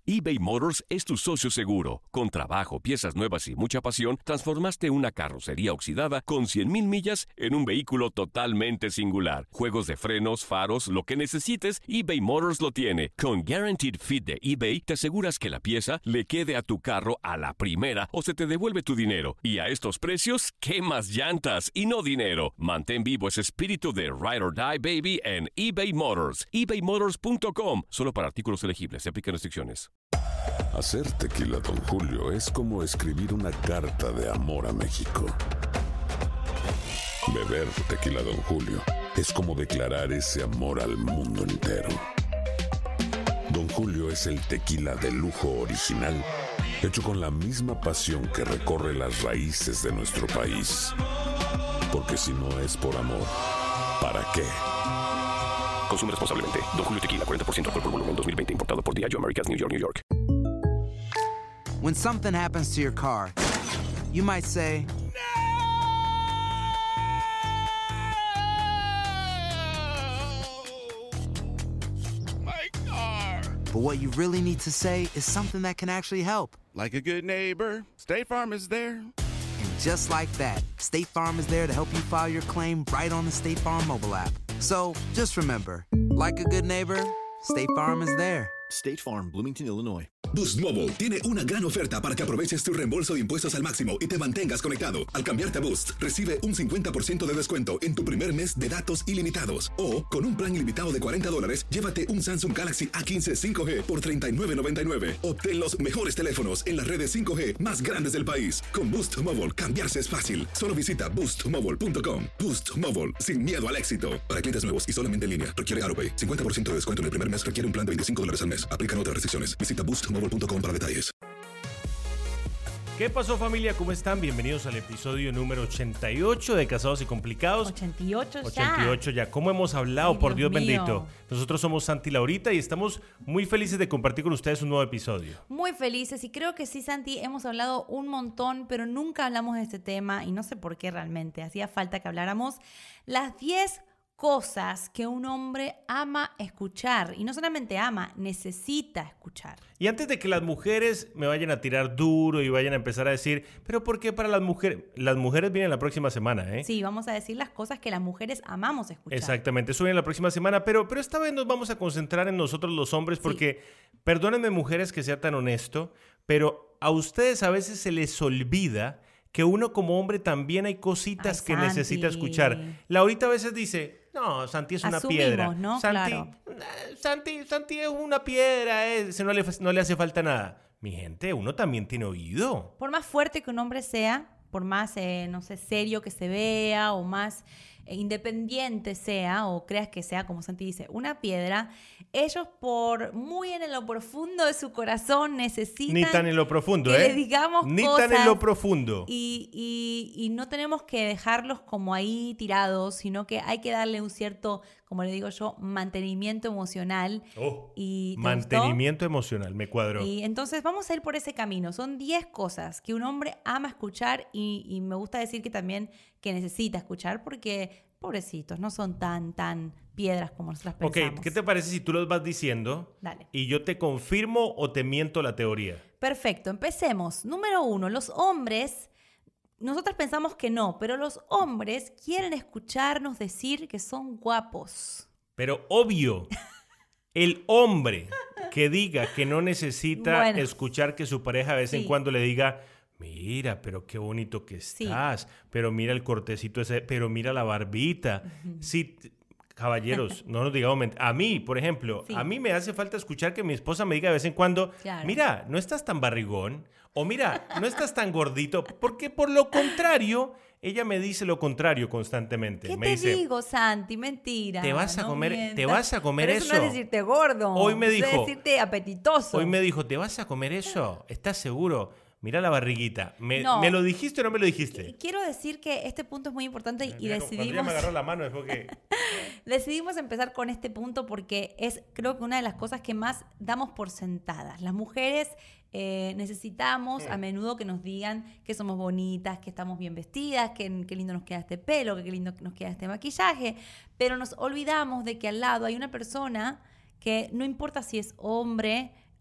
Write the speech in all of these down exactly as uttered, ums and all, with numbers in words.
eBay Motors es tu socio seguro. Con trabajo, piezas nuevas y mucha pasión, transformaste una carrocería oxidada con cien mil millas en un vehículo totalmente singular. Juegos de frenos, faros, lo que necesites, eBay Motors lo tiene. Con Guaranteed Fit de eBay, te aseguras que la pieza le quede a tu carro a la primera o se te devuelve tu dinero. Y a estos precios, ¿qué más llantas y no dinero? Mantén vivo ese espíritu de Ride or Die, baby, en eBay Motors. ebay motors punto com. Solo para artículos elegibles. Se aplican restricciones. Hacer tequila Don Julio es como escribir una carta de amor a México. Beber tequila Don Julio es como declarar ese amor al mundo entero. Don Julio es el tequila de lujo original, hecho con la misma pasión que recorre las raíces de nuestro país. Porque si no es por amor, ¿para qué? Consume responsablemente. Don Julio Tequila, cuarenta por ciento alcohol por volumen, dos mil veinte. Importado por Diageo Americas, New York, New York. When something happens to your car, you might say, My car! but what you really need to say is something that can actually help. Like a good neighbor, State Farm is there. And just like that, State Farm is there to help you file your claim right on the State Farm mobile app. So just remember, like a good neighbor, State Farm is there. State Farm, Bloomington, Illinois. Boost Mobile tiene una gran oferta para que aproveches tu reembolso de impuestos al máximo y te mantengas conectado. Al cambiarte a Boost, recibe un cincuenta por ciento de descuento en tu primer mes de datos ilimitados. O, con un plan ilimitado de cuarenta dólares, llévate un Samsung Galaxy A quince cinco G por treinta y nueve noventa y nueve. Obtén los mejores teléfonos en las redes cinco G más grandes del país. Con Boost Mobile, cambiarse es fácil. Solo visita boost mobile punto com. Boost Mobile, sin miedo al éxito. Para clientes nuevos y solamente en línea, requiere AutoPay. cincuenta por ciento de descuento en el primer mes, requiere un plan de veinticinco dólares al mes. Aplican otras restricciones. Visita boost mobile punto com para detalles. ¿Qué pasó, familia? ¿Cómo están? Bienvenidos al episodio número ochenta y ocho de Casados y Complicados. ochenta y ocho ya. ochenta y ocho ya. ¿Cómo hemos hablado? Ay, por Dios, Dios mío. bendito. Nosotros somos Santi y Laurita y estamos muy felices de compartir con ustedes un nuevo episodio. Muy felices y creo que sí, Santi, hemos hablado un montón, pero nunca hablamos de este tema y no sé por qué realmente. Hacía falta que habláramos las diez cosas que un hombre ama escuchar. Y no solamente ama, necesita escuchar. Y antes de que las mujeres me vayan a tirar duro y vayan a empezar a decir, pero ¿por qué para las mujeres? Las mujeres vienen la próxima semana, ¿eh? Sí, vamos a decir las cosas que las mujeres amamos escuchar. Exactamente, eso viene la próxima semana, pero, pero esta vez nos vamos a concentrar en nosotros los hombres porque, sí. Perdónenme, mujeres, que sea tan honesto, pero a ustedes a veces se les olvida que uno como hombre también hay cositas Ay, que Santi. necesita escuchar. Laurita a veces dice, no, Santi es una Asumimos, piedra. ¿no? Santi, Claro. eh, Santi, Santi es una piedra, eh, no, le, no le hace falta nada. Mi gente, uno también tiene oído. Por más fuerte que un hombre sea, por más, eh, no sé, serio que se vea o más eh, independiente sea o creas que sea, como Santi dice, una piedra, ellos por muy en lo profundo de su corazón necesitan Ni tan en lo profundo, que ¿eh? les digamos Ni cosas tan en lo profundo. y, y, y no tenemos que dejarlos como ahí tirados, sino que hay que darle un cierto, como le digo yo, mantenimiento emocional. Oh, y, ¿te mantenimiento gustó? emocional, me cuadró. Y entonces vamos a ir por ese camino. Son diez cosas que un hombre ama escuchar y, y me gusta decir que también que necesita escuchar porque, pobrecitos, no son tan, tan piedras como nosotras pensamos. Ok, ¿qué te parece si tú los vas diciendo? Dale. Y yo te confirmo o te miento la teoría. Perfecto, empecemos. Número uno, los hombres, nosotras pensamos que no, pero los hombres quieren escucharnos decir que son guapos. Pero obvio, el hombre que diga que no necesita Bueno. escuchar que su pareja de vez Sí. en cuando le diga, mira, pero qué bonito que estás, Sí. pero mira el cortecito ese, pero mira la barbita. Sí, t- caballeros, no nos digamos mentiras. A mí, por ejemplo, Sí. a mí me hace falta escuchar que mi esposa me diga de vez en cuando, Claro. mira, no estás tan barrigón, o mira, no estás tan gordito, porque por lo contrario, ella me dice lo contrario constantemente. ¿Qué me te dice, digo, Santi? Mentira. Te vas a no comer- mientas. te vas a comer Pero eso. no eso. es decirte gordo. Hoy me eso dijo- es decirte apetitoso. Hoy me dijo, ¿te vas a comer eso? ¿Estás seguro? Mira la barriguita. ¿Me, No. ¿me lo dijiste o no me lo dijiste? Quiero decir que este punto es muy importante y Mira, cuando ella decidimos, me agarró la mano es porque... decidimos empezar con este punto porque es, creo que una de las cosas que más damos por sentadas. Las mujeres eh, necesitamos a menudo que nos digan que somos bonitas, que estamos bien vestidas, que qué lindo nos queda este pelo, que qué lindo nos queda este maquillaje, pero nos olvidamos de que al lado hay una persona que no importa si es hombre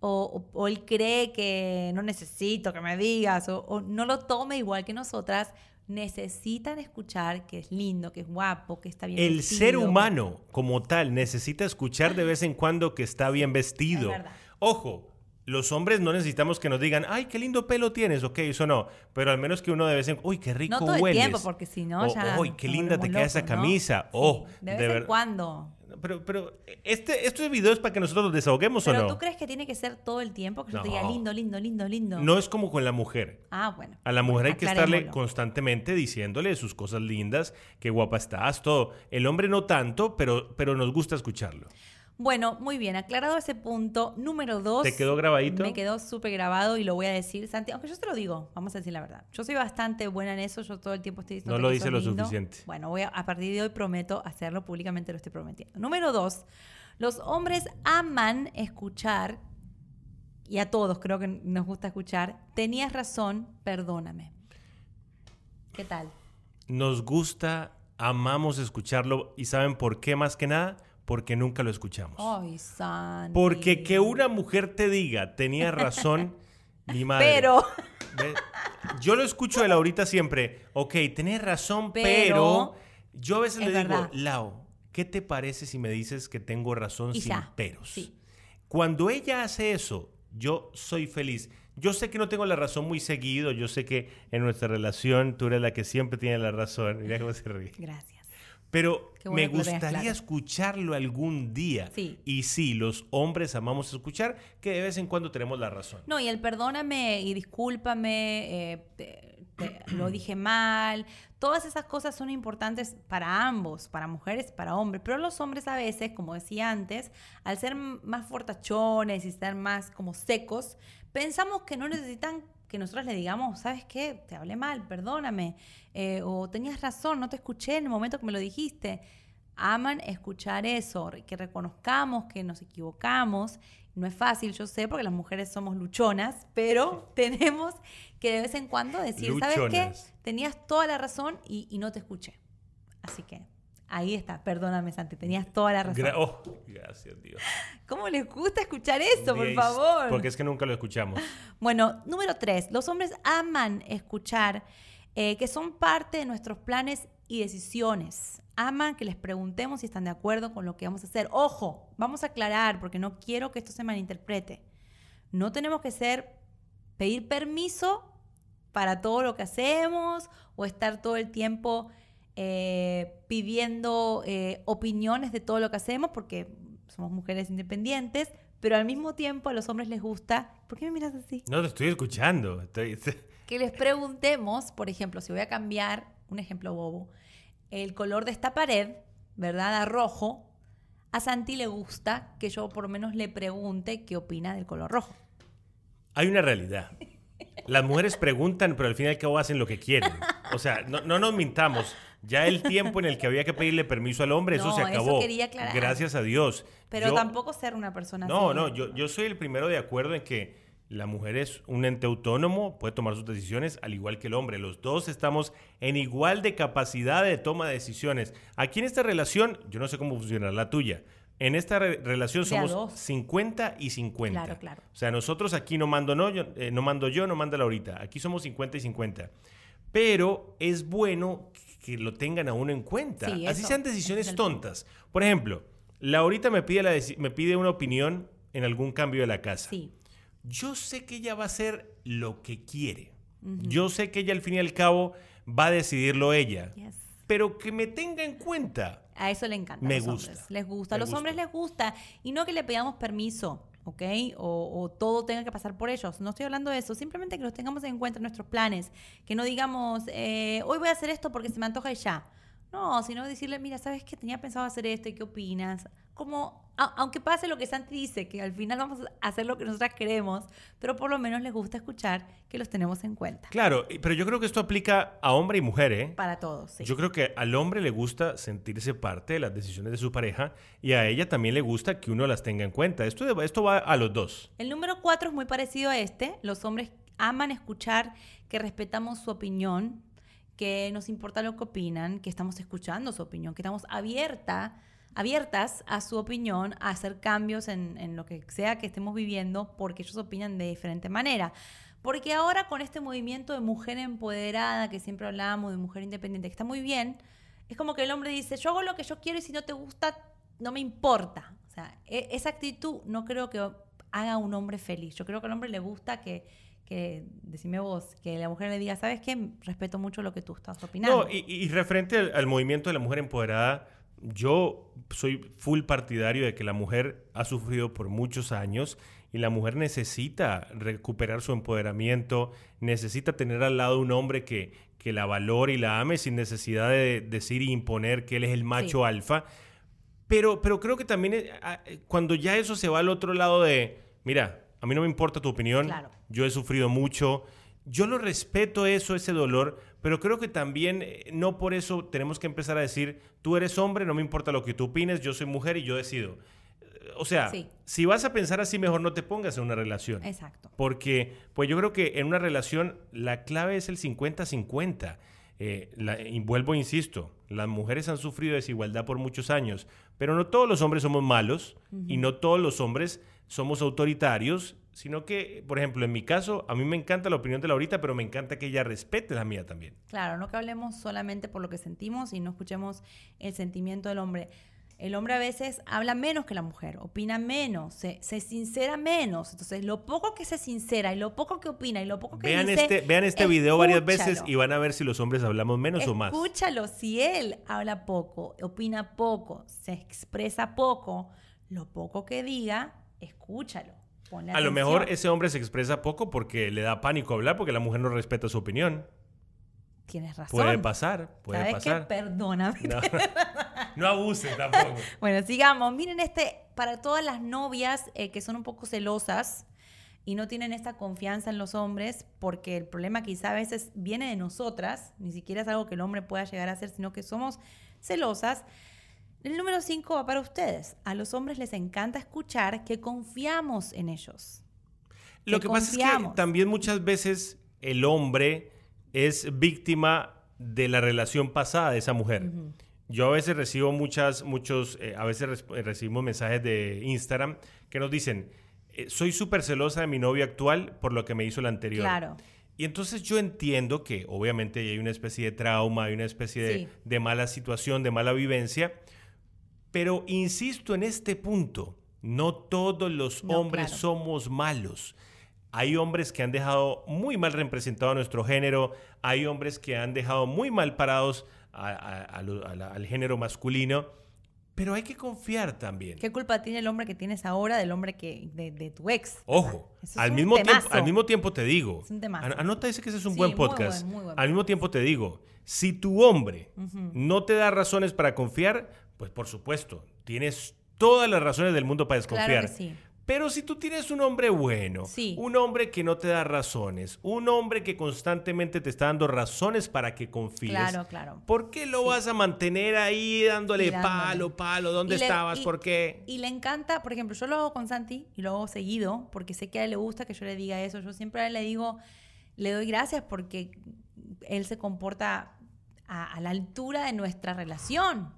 o, o, o él cree que no necesito que me digas, o, o no lo tome igual que nosotras, necesitan escuchar que es lindo, que es guapo, que está bien El vestido. ser humano como tal necesita escuchar de vez en cuando que está bien vestido. Es verdad. Ojo, los hombres no necesitamos que nos digan, ay, qué lindo pelo tienes, ok, eso no. Pero al menos que uno de vez en cuando, uy, qué rico No todo el hueles. tiempo, porque si no O, ya uy, qué nos linda te volvemos queda esa locos, ¿no? camisa. Sí, Oh, de vez de en ver- cuando. Pero, pero, este, ¿estos videos es para que nosotros nos desahoguemos Pero o no? ¿tú crees que tiene que ser todo el tiempo? Que yo te No. diga lindo, lindo, lindo, lindo. No es como con la mujer. Ah, bueno. A la mujer hay que estarle Aclarémoslo. constantemente diciéndole sus cosas lindas, qué guapa estás, todo. El hombre no tanto, pero, pero nos gusta escucharlo. Bueno, muy bien, aclarado ese punto. Número dos. ¿Te quedó grabadito? Me quedó súper grabado y lo voy a decir, Santi. Aunque yo te lo digo, vamos a decir la verdad. Yo soy bastante buena en eso, yo todo el tiempo estoy diciendo No lo que dice sos lo lindo. suficiente. Bueno, voy a, a partir de hoy prometo hacerlo públicamente, lo estoy prometiendo. Número dos, los hombres aman escuchar, y a todos creo que nos gusta escuchar, tenías razón, perdóname. ¿Qué tal? Nos gusta, amamos escucharlo y ¿saben por qué más que nada? Porque nunca lo escuchamos. Ay, Santi. Porque que una mujer te diga, tenía razón, mi madre. Pero... ¿Ve? Yo lo escucho de Laurita siempre. Ok, tenés razón, pero, Pero yo a veces es le digo, verdad. Lau, ¿qué te parece si me dices que tengo razón Y sin ya, peros? sí. Cuando ella hace eso, yo soy feliz. Yo sé que no tengo la razón muy seguido. Yo sé que en nuestra relación tú eres la que siempre tiene la razón. Mira cómo se ríe. Gracias. Pero Qué bueno me que lo tengas gustaría claro. escucharlo algún día. Sí. Y sí, los hombres amamos escuchar que de vez en cuando tenemos la razón. No, y el perdóname y discúlpame, eh, te- te- lo dije mal, todas esas cosas son importantes para ambos, para mujeres y para hombres. Pero los hombres a veces, como decía antes, al ser m- más fortachones y ser más como secos, pensamos que no necesitan que nosotros le digamos, ¿sabes qué? Te hablé mal, perdóname. Eh, o tenías razón, no te escuché en el momento que me lo dijiste. Aman escuchar eso, que reconozcamos que nos equivocamos. No es fácil, yo sé, porque las mujeres somos luchonas, pero tenemos que de vez en cuando decir, ¿sabes qué? Luchonas. Tenías toda la razón y, y no te escuché. Así que ahí está, perdóname, Santi, tenías toda la razón. Gra- oh, gracias, Dios. ¿Cómo les gusta escuchar eso, por Yes, favor? Porque es que nunca lo escuchamos. Bueno, número tres, los hombres aman escuchar eh, que son parte de nuestros planes y decisiones. Aman que les preguntemos si están de acuerdo con lo que vamos a hacer. Ojo, vamos a aclarar porque no quiero que esto se malinterprete. No tenemos que ser, pedir permiso para todo lo que hacemos o estar todo el tiempo eh, pidiendo eh, opiniones de todo lo que hacemos porque somos mujeres independientes, pero al mismo tiempo a los hombres les gusta. ¿Por qué me miras así? No, te estoy escuchando. Estoy- Que les preguntemos, por ejemplo, si voy a cambiar, un ejemplo bobo, el color de esta pared, ¿verdad? A rojo. A Santi le gusta que yo por lo menos le pregunte qué opina del color rojo. Hay una realidad. Las mujeres preguntan, pero al fin y al cabo hacen lo que quieren. O sea, no, no nos mintamos. Ya el tiempo en el que había que pedirle permiso al hombre, eso No, se eso acabó. quería aclarar. Gracias a Dios. Pero Yo- tampoco ser una persona No, así. no, yo, yo soy el primero de acuerdo en que la mujer es un ente autónomo, puede tomar sus decisiones al igual que el hombre. Los dos estamos en igual de capacidad de toma de decisiones. Aquí en esta relación, yo no sé cómo funcionará la tuya. En esta re- relación De a somos dos. cincuenta y cincuenta. Claro, claro. O sea, nosotros aquí no mando, no, yo, eh, no mando yo, no manda Laurita. Aquí somos cincuenta y cincuenta. Pero es bueno que lo tengan a uno en cuenta. Sí, Así eso, sean ese decisiones es el tontas. Por ejemplo, Laurita me pide, la deci- me pide una opinión en algún cambio de la casa. Sí. Yo sé que ella va a hacer lo que quiere. Yo sé que ella al fin y al cabo va a decidirlo ella. Yes. Pero que me tenga en cuenta. A eso le encanta. Me a los gusta. hombres. Les gusta. A Me los gusta. hombres les gusta. Y no que le pidamos permiso, ¿ok? O, o todo tenga que pasar por ellos. No estoy hablando de eso. Simplemente que los tengamos en cuenta en nuestros planes. Que no digamos, eh, hoy voy a hacer esto porque se me antoja y ya. No, sino decirle, mira, ¿sabes qué? Tenía pensado hacer esto y qué opinas. Como, a- aunque pase lo que Santi dice, que al final vamos a hacer lo que nosotras queremos, pero por lo menos les gusta escuchar que los tenemos en cuenta. Claro, y- pero yo creo que esto aplica a hombre y mujer, ¿eh? Para todos, sí. Yo creo que al hombre le gusta sentirse parte de las decisiones de su pareja y a ella también le gusta que uno las tenga en cuenta. Esto, de- esto va a los dos. El número cuatro es muy parecido a este. Los hombres aman escuchar que respetamos su opinión, que nos importa lo que opinan, que estamos escuchando su opinión, que estamos abierta abiertas a su opinión, a hacer cambios en, en lo que sea que estemos viviendo, porque ellos opinan de diferente manera. Porque ahora con este movimiento de mujer empoderada, que siempre hablábamos de mujer independiente, que está muy bien, es como que el hombre dice, yo hago lo que yo quiero y si no te gusta, no me importa. O sea, e- esa actitud no creo que haga a un hombre feliz. Yo creo que al hombre le gusta que, que decime vos, que la mujer le diga, ¿sabes qué? Respeto mucho lo que tú estás opinando. No, y, y referente al, al movimiento de la mujer empoderada, yo soy full partidario de que la mujer ha sufrido por muchos años y la mujer necesita recuperar su empoderamiento, necesita tener al lado un hombre que, que la valore y la ame sin necesidad de decir y imponer que él es el macho Sí. alfa. Pero, pero creo que también eh, cuando ya eso se va al otro lado de, mira, a mí no me importa tu opinión, Claro. yo he sufrido mucho, yo lo respeto eso, ese dolor, pero creo que también eh, no por eso tenemos que empezar a decir, tú eres hombre, no me importa lo que tú opines, yo soy mujer y yo decido. O sea, Sí. si vas a pensar así, mejor no te pongas en una relación. Exacto. Porque, pues yo creo que en una relación la clave es el cincuenta cincuenta. Eh, la, y vuelvo, insisto, las mujeres han sufrido desigualdad por muchos años, pero no todos los hombres somos malos uh-huh. y no todos los hombres somos autoritarios, sino que, por ejemplo, en mi caso, a mí me encanta la opinión de Laurita, pero me encanta que ella respete la mía también. Claro, no que hablemos solamente por lo que sentimos y no escuchemos el sentimiento del hombre. El hombre a veces habla menos que la mujer, opina menos, se, se sincera menos. Entonces, lo poco que se sincera y lo poco que opina y lo poco que vean dice... Este, vean este video varias veces y van a ver si los hombres hablamos menos o más. Escúchalo, si él habla poco, opina poco, se expresa poco, lo poco que diga, escúchalo. Ponle a lo atención. mejor ese hombre se expresa poco porque le da pánico hablar, porque la mujer no respeta su opinión. Tienes razón. Puede pasar, puede ¿Sabes pasar. qué? Perdóname. No, no abuses tampoco. Bueno, sigamos. Miren este, para todas las novias eh, que son un poco celosas y no tienen esta confianza en los hombres, porque el problema quizá a veces viene de nosotras, ni siquiera es algo que el hombre pueda llegar a hacer, sino que somos celosas. El número cinco va para ustedes. A los hombres les encanta escuchar que confiamos en ellos. Lo que, que pasa es que también muchas veces el hombre es víctima de la relación pasada de esa mujer. Uh-huh. Yo a veces recibo muchas, muchos, eh, a veces re- recibimos mensajes de Instagram que nos dicen, eh, soy súper celosa de mi novio actual por lo que me hizo la anterior. Claro. Y entonces yo entiendo que obviamente hay una especie de trauma, hay una especie de, sí. de mala situación, de mala vivencia, pero insisto en este punto, no todos los no, hombres claro. somos malos. Hay hombres que han dejado muy mal representado a nuestro género, hay hombres que han dejado muy mal parados a, a, a, a la, al género masculino, pero hay que confiar también. ¿Qué culpa tiene el hombre que tienes ahora del hombre que de, de tu ex? Ojo, al mismo, tiempo, al mismo tiempo te digo, es un temazo. An- anota ese que ese es un sí, buen podcast, muy buen, muy buen al mismo tiempo te digo, si tu hombre uh-huh. no te da razones para confiar, pues por supuesto, tienes todas las razones del mundo para desconfiar. Claro que sí. Pero si tú tienes un hombre bueno, sí. un hombre que no te da razones, un hombre que constantemente te está dando razones para que confíes, claro, claro. ¿por qué lo sí. vas a mantener ahí dándole Mirándole. palo, palo? ¿Dónde le, estabas? Y, ¿Por qué? Y le encanta, por ejemplo, yo lo hago con Santi y lo hago seguido porque sé que a él le gusta que yo le diga eso. Yo siempre a él le digo, le doy gracias porque él se comporta a, a la altura de nuestra relación.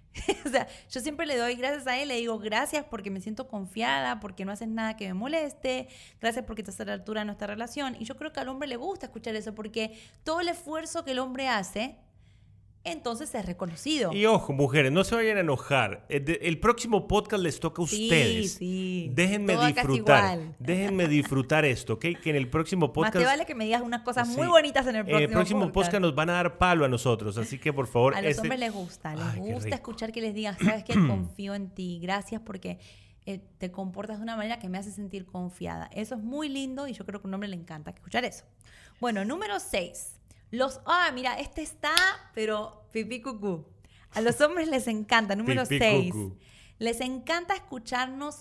O sea, yo siempre le doy gracias a él, le digo gracias porque me siento confiada, porque no haces nada que me moleste, gracias porque estás a la altura de nuestra relación. Y yo creo que al hombre le gusta escuchar eso porque todo el esfuerzo que el hombre hace, entonces es reconocido. Y ojo, mujeres, no se vayan a enojar. El, el próximo podcast les toca a ustedes. Sí, sí. Déjenme todo disfrutar. Déjenme disfrutar esto, ¿ok? Que en el próximo podcast... Más te vale que me digas unas cosas sí. muy bonitas en el próximo podcast. En el próximo podcast. podcast nos van a dar palo a nosotros, así que por favor... A los este... hombres les gusta, les Ay, gusta escuchar que les digas, ¿sabes qué? Confío en ti, gracias porque eh, te comportas de una manera que me hace sentir confiada. Eso es muy lindo y yo creo que a un hombre le encanta escuchar eso. Bueno, número seis. Los, ah, mira, este está, pero pipí cucú. A los hombres les encanta, número seis. Les encanta escucharnos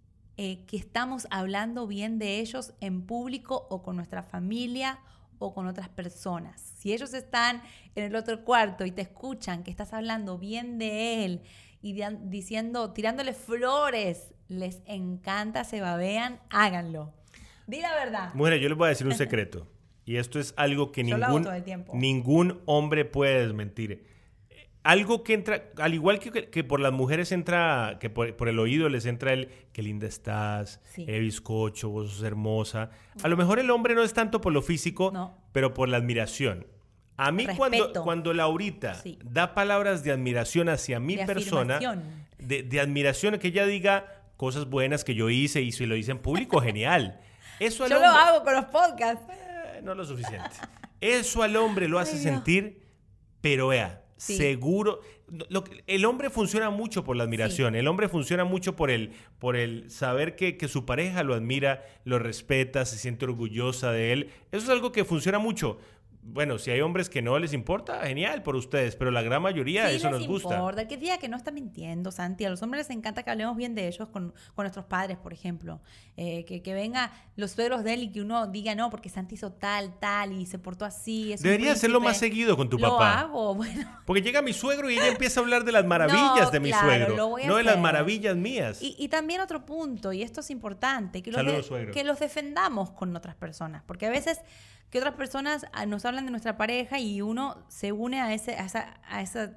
eh, que estamos hablando bien de ellos en público o con nuestra familia o con otras personas. Si ellos están en el otro cuarto y te escuchan que estás hablando bien de él y de, diciendo, tirándole flores, les encanta, se babean, háganlo. Di la verdad. Mujeres, yo les voy a decir un secreto. Y esto es algo que ningún, ningún hombre puede desmentir. algo que entra, al igual que, que por las mujeres entra, que por, por el oído les entra el qué linda estás, Sí. eh, bizcocho, vos sos hermosa. A lo mejor el hombre no es tanto por lo físico, No. pero por la admiración. A mí cuando, Respeto. cuando Laurita Sí. da palabras de admiración hacia mi De persona, afirmación. de, de admiración, que ella diga cosas buenas que yo hice y si lo hice en público, genial. Eso al Yo lo hombre- hago con los podcasts. eh, no lo suficiente. Eso al hombre lo hace Ay, Dios. sentir, pero vea, Sí. seguro. Lo que- el hombre funciona mucho por la admiración. El hombre funciona mucho por el, por el saber que, que su pareja lo admira, lo respeta, se siente orgullosa de él. Eso es algo que funciona mucho. Bueno, si hay hombres que no les importa, genial por ustedes, pero la gran mayoría Sí, eso les nos gusta. importa. El que diga que no está mintiendo, Santi. A los hombres les encanta que hablemos bien de ellos con, con nuestros padres, por ejemplo. Eh, que, que venga los suegros de él y que uno diga, no, porque Santi hizo tal, tal y se portó así. Es un Debería hacerlo príncipe". más seguido con tu Lo papá. hago, bueno. Porque llega mi suegro y ella empieza a hablar de las maravillas No, de mi claro, suegro, lo voy a no de las hacer. maravillas mías. Y, y también otro punto, y esto es importante, que los, Saludos, de- suegro. que los defendamos con otras personas. Porque a veces que otras personas ah, nos hablan de nuestra pareja y uno se une a ese, a esa, a esa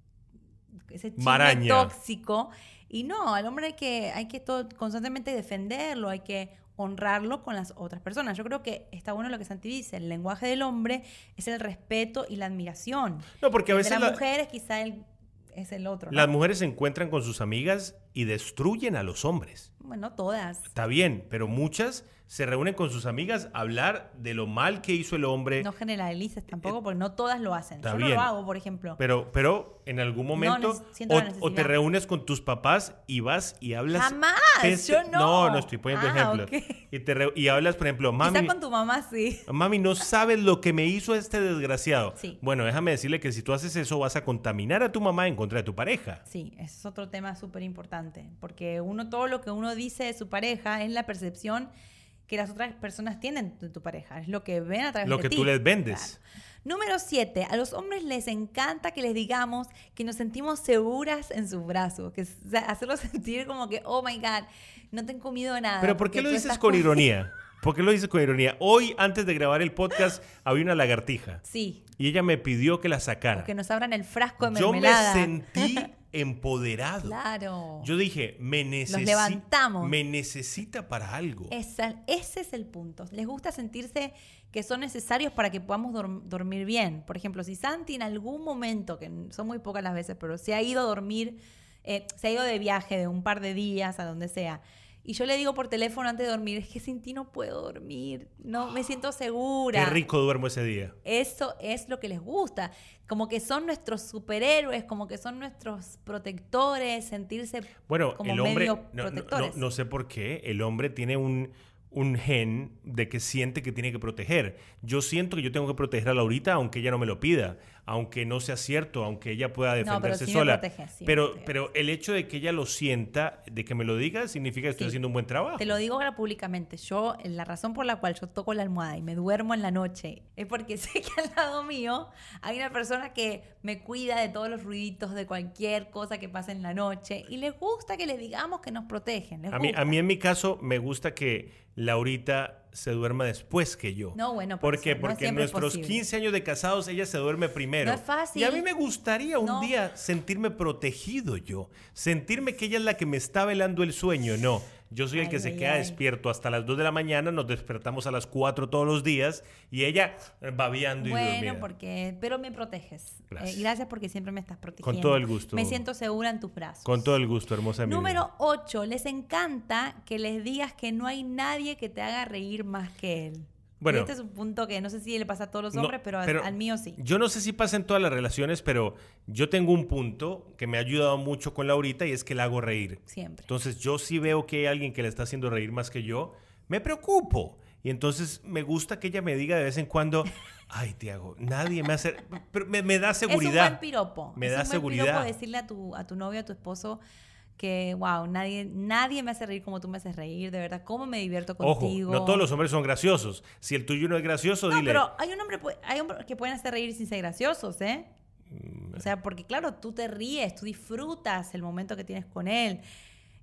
ese chisme Maraña. tóxico. Y no, al hombre hay que, hay que todo, constantemente defenderlo, hay que honrarlo con las otras personas. Yo creo que está bueno lo que Santi dice, el lenguaje del hombre es el respeto y la admiración. No, porque a El veces de las la- mujeres quizá el, es el otro. ¿no? las mujeres se encuentran con sus amigas y destruyen a los hombres. Bueno, todas. Está bien, pero muchas se reúnen con sus amigas a hablar de lo mal que hizo el hombre. No generalices tampoco, porque no todas lo hacen. Está Yo bien. no lo hago, por ejemplo. Pero, pero en algún momento neces- siento o, la o te necesidad. reúnes con tus papás y vas y hablas. Jamás, peste- yo no. No, no estoy poniendo Ah, ejemplos. ok. Y, te re- y hablas, por ejemplo, mami, Quizá con tu mamá sí. mami, no sabes lo que me hizo este desgraciado. Sí. Bueno, déjame decirle que si tú haces eso vas a contaminar a tu mamá en contra de tu pareja. Sí, ese es otro tema súper importante. Porque uno, todo lo que uno dice de su pareja es la percepción que las otras personas tienen de tu pareja. Es lo que ven a través Lo de que ti. tú les vendes. Claro. Número siete. A los hombres les encanta que les digamos que nos sentimos seguras en sus brazos. Que, o sea, hacerlos sentir como que, oh my God, no te han comido nada. Pero ¿por porque qué lo tú dices estás con ironía? ¿Por qué lo dices con ironía? Hoy, antes de grabar el podcast, había una lagartija. Sí, Y ella me pidió que la sacara. que nos abran el frasco de Yo me mermelada. sentí empoderado. Claro. Yo dije, me necesita. levantamos. Me necesita para algo. Esa- ese es el punto. Les gusta sentirse que son necesarios para que podamos dorm- dormir bien. Por ejemplo, si Santi en algún momento, que son muy pocas las veces, pero se ha ido a dormir, eh, se ha ido de viaje de un par de días a donde sea, y yo le digo por teléfono antes de dormir, es que sin ti no puedo dormir, no me siento segura. Qué rico duermo ese día. Eso es lo que les gusta. Como que son nuestros superhéroes, como que son nuestros protectores, sentirse Bueno, como el hombre, medio no, no- protectores. no- no sé por qué, el hombre tiene un, un gen de que siente que tiene que proteger. Yo siento que yo tengo que proteger a Laurita aunque ella no me lo pida, aunque no sea cierto, aunque ella pueda pero defenderse sí me sola. protege, sí me pero, protege. pero el hecho de que ella lo sienta, de que me lo diga, significa que estoy Sí. haciendo un buen trabajo. Te lo digo ahora públicamente. Yo, la razón por la cual yo toco la almohada y me duermo en la noche es porque sé que al lado mío hay una persona que me cuida de todos los ruiditos, de cualquier cosa que pase en la noche. Y les gusta que les digamos que nos protegen. les A mí, gusta. a mí, en mi caso, me gusta que Laurita se duerma después que yo. No, bueno, por ¿Por qué? eso, no es Porque en siempre nuestros posible. quince años de casados ella se duerme primero. No es fácil. Y a mí me gustaría un No. día sentirme protegido yo. Sentirme que ella es la que me está velando el sueño. No, yo soy el Ay, que se ay, queda ay. despierto hasta las dos de la mañana, nos despertamos a las cuatro todos los días y ella eh, babeando y Bueno, dormida. porque, pero me proteges. Gracias. Eh, gracias porque siempre me estás protegiendo. Con todo el gusto. Me siento segura en tus brazos. Con todo el gusto, hermosa amiga. Número ocho. Les encanta que les digas que no hay nadie que te haga reír más que él. Bueno. Y este es un punto que no sé si le pasa a todos los No, hombres, pero, al- al mío sí. Yo no sé si pasa en todas las relaciones, pero yo tengo un punto que me ha ayudado mucho con Laurita y es que la hago reír. Siempre. Entonces yo sí veo que hay alguien que le está haciendo reír más que yo, me preocupo. Y entonces me gusta que ella me diga de vez en cuando, ay, Tiago, nadie me hace... Pero me, me da seguridad. Es un buen piropo. Me es da un buen seguridad. piropo decirle a tu, a tu novio, a tu esposo, que, wow, nadie, nadie me hace reír como tú me haces reír, de verdad. ¿Cómo me divierto Ojo, contigo? no todos los hombres son graciosos. Si el tuyo no es gracioso, No, dile... pero hay, un hombre, pu- hay hombres que pueden hacer reír sin ser graciosos, ¿eh? O sea, porque claro, tú te ríes, tú disfrutas el momento que tienes con él.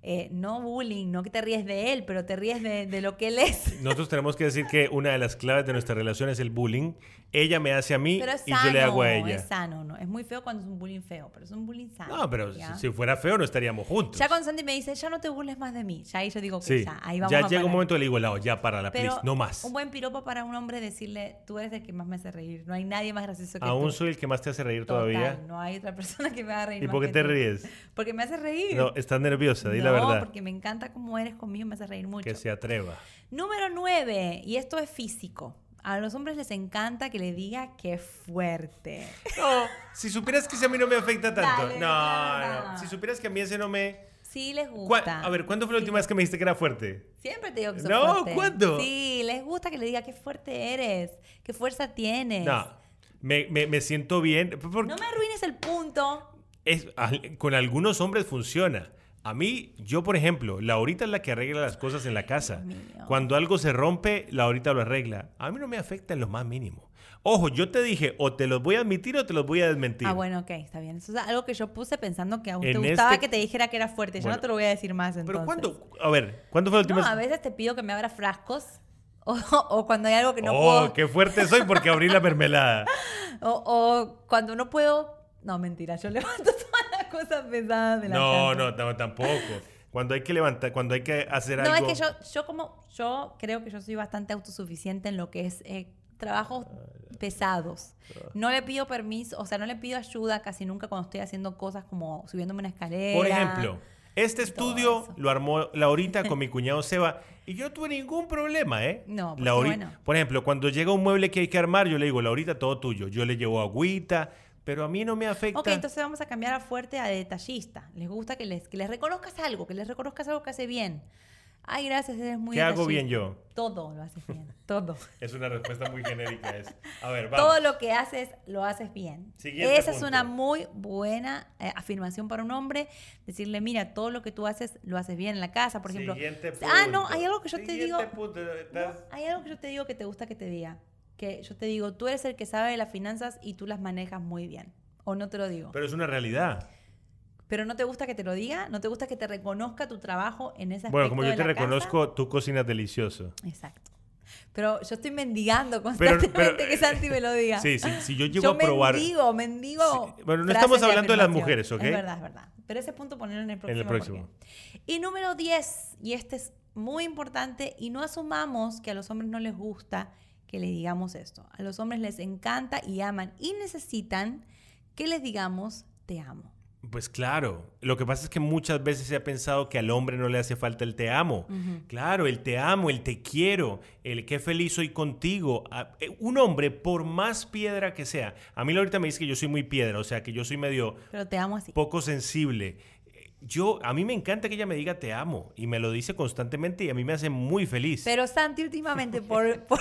eh, no bullying, no que te ríes de él, pero te ríes de, de lo que él es. Nosotros tenemos que decir que una de las claves de nuestra relación es el bullying. Ella me hace a mí Pero es y sano, yo le hago a ella. es sano, ¿no? Es muy feo cuando es un bullying feo, pero es un bullying sano. No, pero si, ¿ya? si fuera feo no estaríamos juntos. Ya cuando Santi me dice, ya no te burles más de mí, ya ahí yo digo que Sí, ya, ahí vamos ya a llega parar. un momento que le digo, Lau, ya para la Pero please, no más. un buen piropo para un hombre es decirle, tú eres el que más me hace reír, no hay nadie más gracioso que Aún tú. soy el que más te hace reír Total, todavía. no hay otra persona que me haga reír ¿Y más por qué que te tú. ríes? Porque me hace reír. No, estás nerviosa, di no, la verdad. porque me encanta cómo eres conmigo, me hace reír mucho. Que se atreva. Número nueve, y esto es físico. A los hombres les encanta que le diga que fuerte. No, si supieras que ese a mí no me afecta tanto. Dale, no, dale. no. Si supieras que a mí ese no me... Sí les ¿Cuá- gusta. A ver, ¿cuándo fue la última vez que me dijiste que era fuerte? Siempre te digo que sos No, fuerte. ¿cuándo? Sí, les gusta que le diga qué fuerte eres, qué fuerza tienes. No, me, me, me siento bien. Por- No me arruines el punto. es, al- con algunos hombres funciona. A mí, yo por ejemplo, Laurita es la que arregla las cosas en la casa. Dios mío. Cuando algo se rompe, Laurita lo arregla. A mí no me afecta en lo más mínimo. Ojo, yo te dije, o te los voy a admitir o te los voy a desmentir. Ah, bueno, ok, está bien. Eso es algo que yo puse pensando que a vos te En gustaba este- que te dijera que era fuerte. Yo Bueno, no te lo voy a decir más entonces. Pero ¿cuándo? A ver, ¿cuándo fue la última No, a vez? veces te pido que me abras frascos o, o cuando hay algo que no oh, puedo. qué fuerte soy porque abrí la mermelada. O, o cuando no puedo... No, mentira, yo levanto todas las cosas pesadas de la No, casa. no, tam- tampoco. Cuando hay que levantar, cuando hay que hacer No, algo... es que yo, yo como... Yo creo que yo soy bastante autosuficiente en lo que es eh, trabajos pesados. No le pido permiso, o sea, no le pido ayuda casi nunca cuando estoy haciendo cosas como subiéndome una escalera. Por ejemplo, este y todo estudio eso. lo armó Laurita con mi cuñado Seba y yo no tuve ningún problema, ¿eh? No, porque Lauri- bueno. Por ejemplo, cuando llega un mueble que hay que armar, yo le digo, Laurita, todo tuyo. Yo le llevo agüita, pero a mí no me afecta. Ok, entonces vamos a cambiar a fuerte a detallista. Les gusta que les, que les reconozcas algo, que les reconozcas algo que hace bien. Ay, gracias, eres muy ¿Qué hago detallista. bien yo? Todo lo haces bien, todo. Es una respuesta muy genérica esa. A ver, vamos. Todo lo que haces, lo haces bien. Siguiente Esa es punto. una muy buena eh, afirmación para un hombre. Decirle, mira, todo lo que tú haces, lo haces bien en la casa, por ejemplo. Siguiente Ah, no, punto. hay algo que yo te Siguiente digo... punto. No, Estás- hay algo que yo te digo que te gusta que te diga. Que yo te digo, tú eres el que sabe de las finanzas y tú las manejas muy bien. O no te lo digo. Pero es una realidad. Pero no te gusta que te lo diga, no te gusta que te reconozca tu trabajo en ese aspecto Bueno, como yo de te la reconozco, tú cocinas delicioso. casa. Exacto. Pero yo estoy mendigando Pero- constantemente pero- que Santi me lo diga. Sí, sí, si yo llego yo a probar... mendigo, mendigo. Sí, bueno, no frases estamos de hablando de las afirmación. mujeres, ¿ok? Es verdad, es verdad. Pero ese punto ponerlo en el próximo. el próximo. porque- Y número diez, y este es muy importante, y no asumamos que a los hombres no les gusta que le digamos esto. A los hombres les encanta y aman y necesitan que les digamos te amo. Pues claro, lo que pasa es que muchas veces se ha pensado que al hombre no le hace falta el te amo. Claro, el te amo, el te quiero, el qué feliz soy contigo. A- eh, Un hombre, por más piedra que sea, a mí ahorita me dice que yo soy muy piedra, o sea, que yo soy medio Pero te amo así. poco sensible. Yo, a mí me encanta que ella me diga te amo y me lo dice constantemente y a mí me hace muy feliz. Pero Santi últimamente por... por-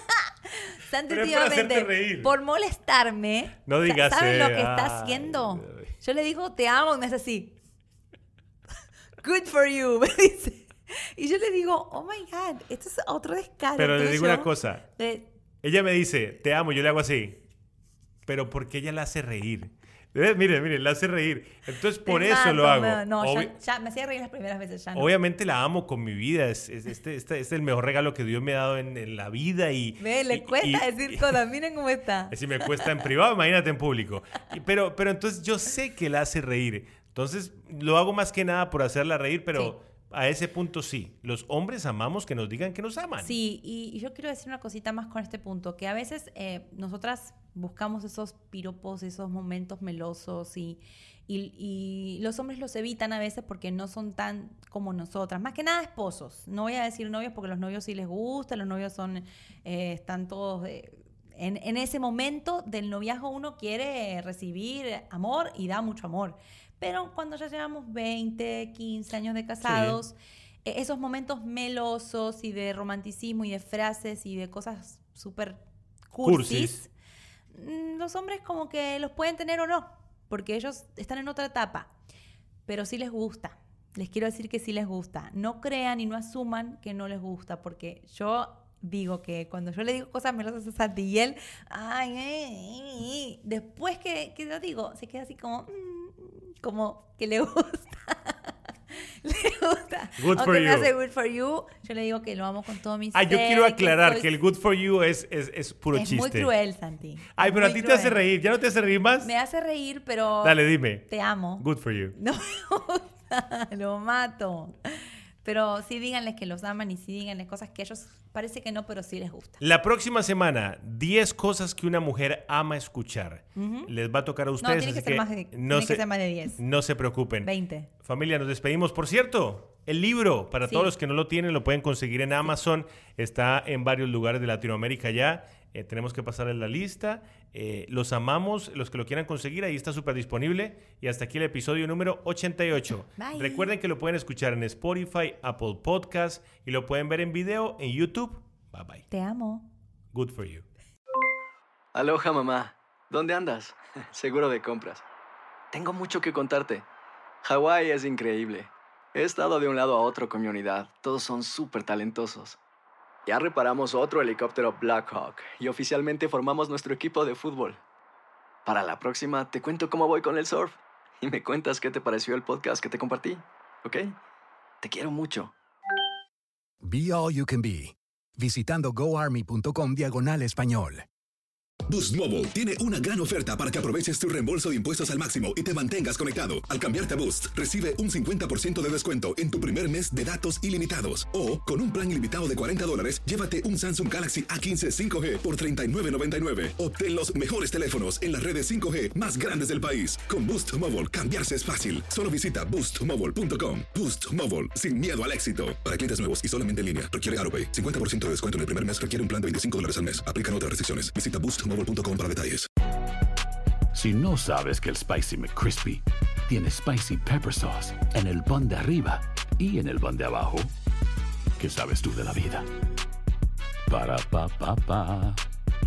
Santi Pero es para últimamente hacerte reír. por molestarme. No digas, ¿Saben lo eh, que está ay, haciendo? ay. Yo le digo te amo y me hace así. Good for you, me dice. Y yo le digo, oh my God, esto es otro descaro. Pero le tuyo. digo una cosa, De- ella me dice te amo, yo le hago así, pero porque ella la hace reír. ¿Ves? Mire, mire, la hace reír. Entonces por te eso lo mato, hago. me- No, Obvi- ya, ya me hacía reír las primeras veces, ya no. Obviamente la amo con mi vida. Es, es- este, este es el mejor regalo que Dios me ha dado en, en la vida. Y, Ve, le y- cuesta y- decir cosas, miren cómo está. Si me cuesta en privado, imagínate en público. Y- pero, pero entonces yo sé que la hace reír. Entonces lo hago más que nada por hacerla reír, pero a ese punto sí. Los hombres amamos que nos digan que nos aman. Sí, y, y yo quiero decir una cosita más con este punto, que a veces eh, nosotras buscamos esos piropos, esos momentos melosos y, y, y los hombres los evitan a veces porque no son tan como nosotras. Más que nada esposos. No voy a decir novios porque los novios sí les gusta, los novios son eh, están todos... eh, en, en ese momento del noviazgo uno quiere recibir amor y da mucho amor. Pero cuando ya llevamos veinte, quince años de casados, eh, esos momentos melosos y de romanticismo y de frases y de cosas súper cursis, Cursis. mm, los hombres como que los pueden tener o no, porque ellos están en otra etapa, pero sí les gusta. Les quiero decir que sí les gusta. No crean y no asuman que no les gusta, porque yo digo que cuando yo le digo cosas melosas a Santi y él, ay, eh, eh, eh, después que, que lo digo, se queda así como, mm, como que le gusta. Le gusta. Good o for que me you. hace good for you. Yo le digo que lo amo con todo mi Ah, ser. yo quiero aclarar soy- que el good for you es, es, es puro es chiste. muy cruel, Santi. Ay, pero a Muy ti te hace cruel. reír. ¿Ya no te hace reír más? Me hace reír, pero... Dale, dime. Te amo. Good for you. No me gusta, lo mato. Pero sí díganles que los aman y sí díganles cosas que a ellos parece que no, pero sí les gusta. La próxima semana, diez cosas que una mujer ama escuchar. Ujú. Les va a tocar a No, ustedes. tiene que así ser más de- no tiene se, que ser más de diez. No se preocupen. veinte. Familia, nos despedimos. Por cierto, el libro, para Sí. todos los que no lo tienen, lo pueden conseguir en Amazon. Está en varios lugares de Latinoamérica ya. Eh, tenemos que pasarles la lista. Eh, los amamos. Los que lo quieran conseguir, ahí está súper disponible. Y hasta aquí el episodio número ochenta y ocho. Bye. Recuerden que lo pueden escuchar en Spotify, Apple Podcasts y lo pueden ver en video en YouTube. Bye bye. Te amo. Good for you. Aloha, mamá. ¿Dónde andas? Seguro de compras. Tengo mucho que contarte. Hawái es increíble. He estado de un lado a otro con mi unidad. Todos son súper talentosos. Ya reparamos otro helicóptero Blackhawk y oficialmente formamos nuestro equipo de fútbol. Para la próxima te cuento cómo voy con el surf y me cuentas qué te pareció el podcast que te compartí, ¿ok? Te quiero mucho. Be All You Can Be. Visitando goarmy.com diagonal español. Boost Mobile tiene una gran oferta para que aproveches tu reembolso de impuestos al máximo y te mantengas conectado. Al cambiarte a Boost, recibe un cincuenta por ciento de descuento en tu primer mes de datos ilimitados. O, con un plan ilimitado de cuarenta dólares, llévate un Samsung Galaxy A quince cinco G por treinta y nueve noventa y nueve. Obtén los mejores teléfonos en las redes cinco G más grandes del país. Con Boost Mobile, cambiarse es fácil. Solo visita boost mobile punto com. Boost Mobile, sin miedo al éxito. Para clientes nuevos y solamente en línea, requiere AroPay. cincuenta por ciento de descuento en el primer mes requiere un plan de veinticinco dólares al mes. Aplican otras restricciones. Visita boost mobile punto com para detalles. Si no sabes que el Spicy McCrispy tiene Spicy Pepper Sauce en el pan de arriba y en el pan de abajo, ¿qué sabes tú de la vida? Para, pa, pa, pa.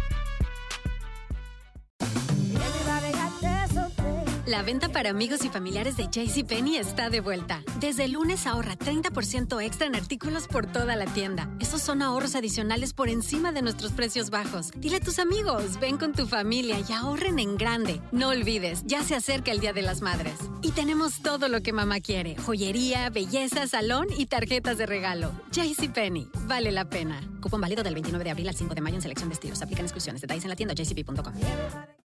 La venta para amigos y familiares de JCPenney está de vuelta. Desde el lunes ahorra treinta por ciento extra en artículos por toda la tienda. Esos son ahorros adicionales por encima de nuestros precios bajos. Dile a tus amigos, ven con tu familia y ahorren en grande. No olvides, ya se acerca el Día de las Madres. Y tenemos todo lo que mamá quiere. Joyería, belleza, salón y tarjetas de regalo. JCPenney, vale la pena. Cupón válido del veintinueve de abril al cinco de mayo en selección de estilos. Aplican exclusiones. Detalles en la tienda j c p punto com.